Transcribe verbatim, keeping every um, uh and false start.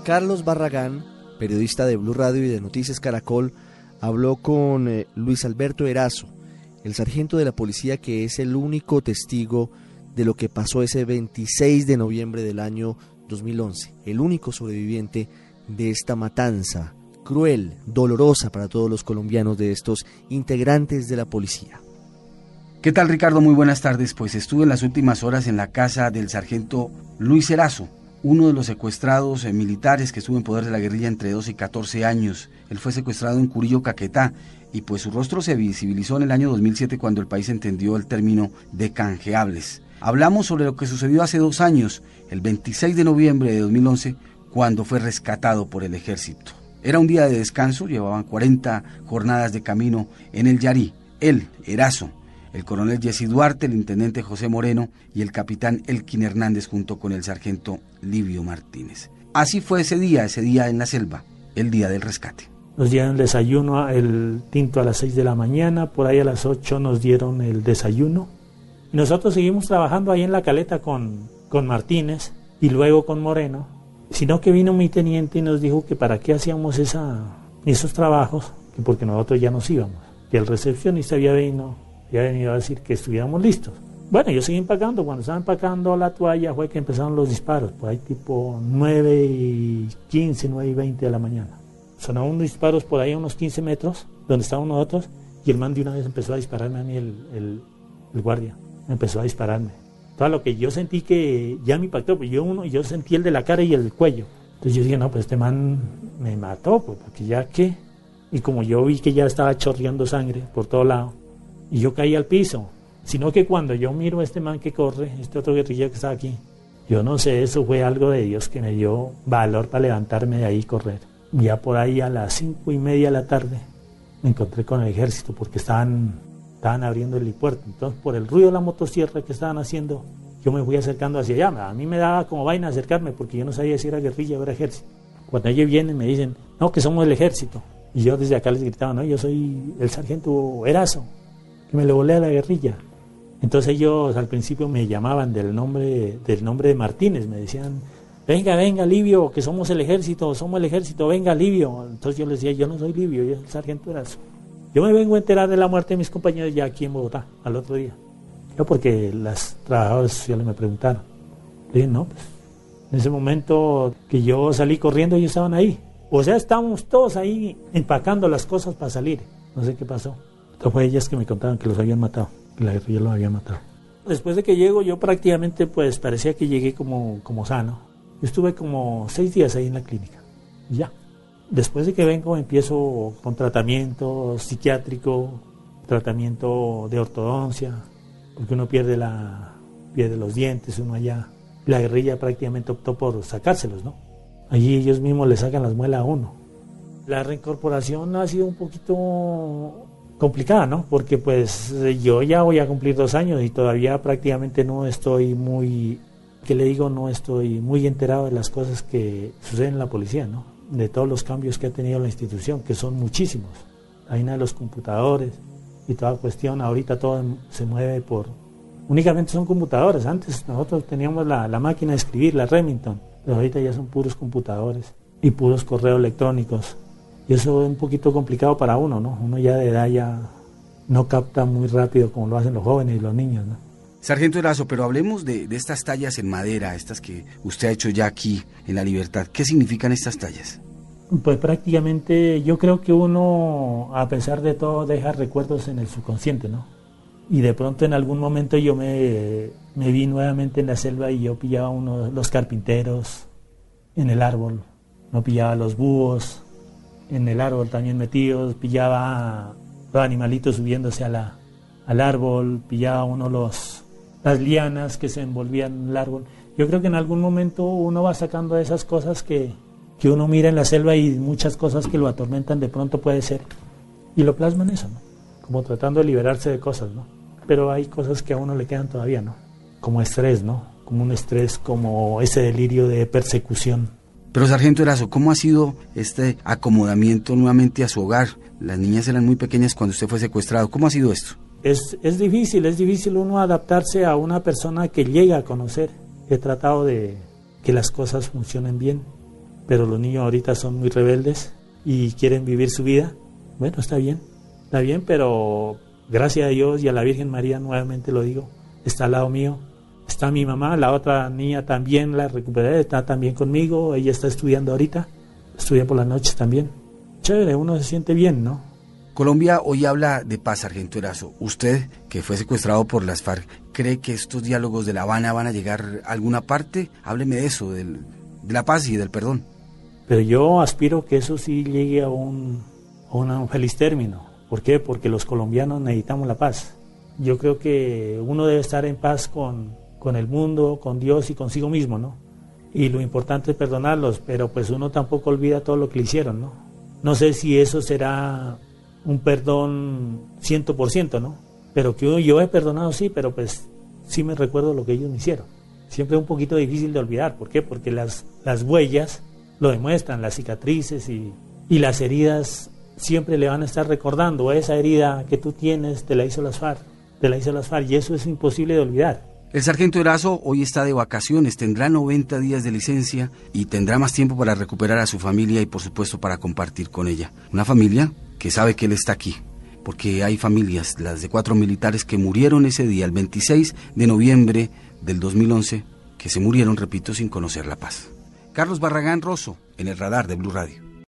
Carlos Barragán, periodista de Blue Radio y de Noticias Caracol, habló con eh, Luis Alberto Erazo, el sargento de la policía que es el único testigo de lo que pasó ese veintiséis de noviembre del año dos mil once, el único sobreviviente de esta matanza cruel, dolorosa para todos los colombianos de estos integrantes de la policía. ¿Qué tal, Ricardo? Muy buenas tardes. Pues estuve en las últimas horas en la casa del sargento Luis Erazo, uno de los secuestrados eh, militares que estuvo en poder de la guerrilla entre doce y catorce años. Él fue secuestrado en Curillo, Caquetá, y pues su rostro se visibilizó en el año dos mil siete cuando el país entendió el término de canjeables. Hablamos sobre lo que sucedió hace dos años, el veintiséis de noviembre de dos mil once, cuando fue rescatado por el ejército. Era un día de descanso, llevaban cuarenta jornadas de camino en el Yarí. Él, Erazo, el coronel Jesse Duarte, el intendente José Moreno y el capitán Elkin Hernández junto con el sargento Livio Martínez. Así fue ese día, ese día en la selva, el día del rescate. Nos dieron el desayuno, el tinto a las seis de la mañana, por ahí a las ocho nos dieron el desayuno. Y nosotros seguimos trabajando ahí en la caleta con, con Martínez y luego con Moreno, sino que vino mi teniente y nos dijo que para qué hacíamos esa, esos trabajos, que porque nosotros ya nos íbamos, que el recepcionista había venido, había venido a decir que estuviéramos listos. Bueno, yo seguí empacando, cuando estaba empacando la toalla fue que empezaron los disparos, por ahí tipo nueve y quince, nueve y veinte de la mañana. Sonaron unos disparos por ahí a unos quince metros, donde estábamos nosotros, y el man de una vez empezó a dispararme a mí, el, el, el guardia, empezó a dispararme. Todo lo que yo sentí que ya me impactó, pues yo uno, yo sentí el de la cara y el cuello. Entonces yo dije, no, pues este man me mató, pues porque ya qué. Y como yo vi que ya estaba chorreando sangre por todo lado, y yo caí al piso. Sino que cuando yo miro a este man que corre, este otro guerrillero que está aquí, yo no sé, eso fue algo de Dios que me dio valor para levantarme de ahí y correr. Ya por ahí a las cinco y media de la tarde me encontré con el ejército porque estaban, estaban abriendo el helipuerto. Entonces por el ruido de la motosierra que estaban haciendo, yo me fui acercando hacia allá. A mí me daba como vaina acercarme porque yo no sabía si era guerrilla o era ejército. Cuando ellos vienen me dicen, no, que somos el ejército. Y yo desde acá les gritaba, no, yo soy el sargento Erazo, que me le volé a la guerrilla. Entonces ellos al principio me llamaban del nombre, del nombre de Martínez, me decían, venga, venga, Livio, que somos el ejército, somos el ejército, venga, Livio. Entonces yo les decía, yo no soy Livio, yo soy el sargento Erazo. Yo me vengo a enterar de la muerte de mis compañeros ya aquí en Bogotá, al otro día. Yo porque las trabajadoras sociales me preguntaron. Le dije, no, pues, en ese momento que yo salí corriendo, ellos estaban ahí. O sea, estábamos todos ahí empacando las cosas para salir. No sé qué pasó. Entonces fue ellas que me contaban que los habían matado. La guerrilla lo había matado. Después de que llego, yo prácticamente pues parecía que llegué como, como sano. Yo estuve como seis días ahí en la clínica. Y ya. Después de que vengo, empiezo con tratamiento psiquiátrico, tratamiento de ortodoncia, porque uno pierde, la, pierde los dientes, uno allá. La guerrilla prácticamente optó por sacárselos, ¿no? Allí ellos mismos le sacan las muelas a uno. La reincorporación ha sido un poquito complicada, ¿no? Porque pues yo ya voy a cumplir dos años y todavía prácticamente no estoy muy, ¿qué le digo? No estoy muy enterado de las cosas que suceden en la policía, ¿no? De todos los cambios que ha tenido la institución, que son muchísimos. Hay una de los computadores y toda cuestión, ahorita todo se mueve por, únicamente son computadores. Antes nosotros teníamos la, la máquina de escribir, la Remington, pero ahorita ya son puros computadores y puros correos electrónicos. Y eso es un poquito complicado para uno, ¿no? Uno ya de edad ya no capta muy rápido como lo hacen los jóvenes y los niños, ¿no? Sargento Erazo, pero hablemos de, de estas tallas en madera, estas que usted ha hecho ya aquí en La Libertad. ¿Qué significan estas tallas? Pues prácticamente yo creo que uno, a pesar de todo, deja recuerdos en el subconsciente, ¿no? Y de pronto en algún momento yo me, me vi nuevamente en la selva y yo pillaba uno, los carpinteros en el árbol, no pillaba los búhos en el árbol también metidos, pillaba los animalitos subiéndose a la, al árbol, pillaba uno los, las lianas que se envolvían en el árbol. Yo creo que en algún momento uno va sacando esas cosas que, que uno mira en la selva y muchas cosas que lo atormentan de pronto puede ser, y lo plasma en eso, ¿no? Como tratando de liberarse de cosas, ¿no? Pero hay cosas que a uno le quedan todavía, ¿no? Como estrés, ¿no? Como un estrés, como ese delirio de persecución. Pero sargento Erazo, ¿cómo ha sido este acomodamiento nuevamente a su hogar? Las niñas eran muy pequeñas cuando usted fue secuestrado. ¿Cómo ha sido esto? Es, es difícil, es difícil uno adaptarse a una persona que llega a conocer. He tratado de que las cosas funcionen bien. pero los niños ahorita son muy rebeldes y quieren vivir su vida. Bueno, está bien, está bien, pero gracias a Dios y a la Virgen María, nuevamente lo digo, está al lado mío. Está mi mamá, la otra niña también la recuperé, está también conmigo, ella está estudiando ahorita, estudia por las noches también. Chévere, uno se siente bien, ¿no? Colombia hoy habla de paz, sargento Erazo. Usted, que fue secuestrado por las FARC, ¿cree que estos diálogos de La Habana van a llegar a alguna parte? Hábleme de eso, del, de la paz y del perdón. Pero yo aspiro que eso sí llegue a un, a un feliz término. ¿Por qué? Porque los colombianos necesitamos la paz. Yo creo que uno debe estar en paz con... con el mundo, con Dios y consigo mismo, ¿no? Y lo importante es perdonarlos, pero pues uno tampoco olvida todo lo que le hicieron, ¿no? No sé si eso será un perdón ciento por ciento, ¿no? Pero que yo, yo he perdonado, sí, pero pues sí me recuerdo lo que ellos me hicieron. Siempre es un poquito difícil de olvidar. ¿Por qué? Porque las, las huellas lo demuestran, las cicatrices y, y las heridas siempre le van a estar recordando. Esa herida que tú tienes te la hizo las FARC, te la hizo las FARC, y eso es imposible de olvidar. El sargento Erazo hoy está de vacaciones, tendrá noventa días de licencia y tendrá más tiempo para recuperar a su familia y por supuesto para compartir con ella. Una familia que sabe que él está aquí, porque hay familias, las de cuatro militares que murieron ese día, el veintiséis de noviembre del dos mil once, que se murieron, repito, sin conocer la paz. Carlos Barragán Rosso, en el radar de Blue Radio.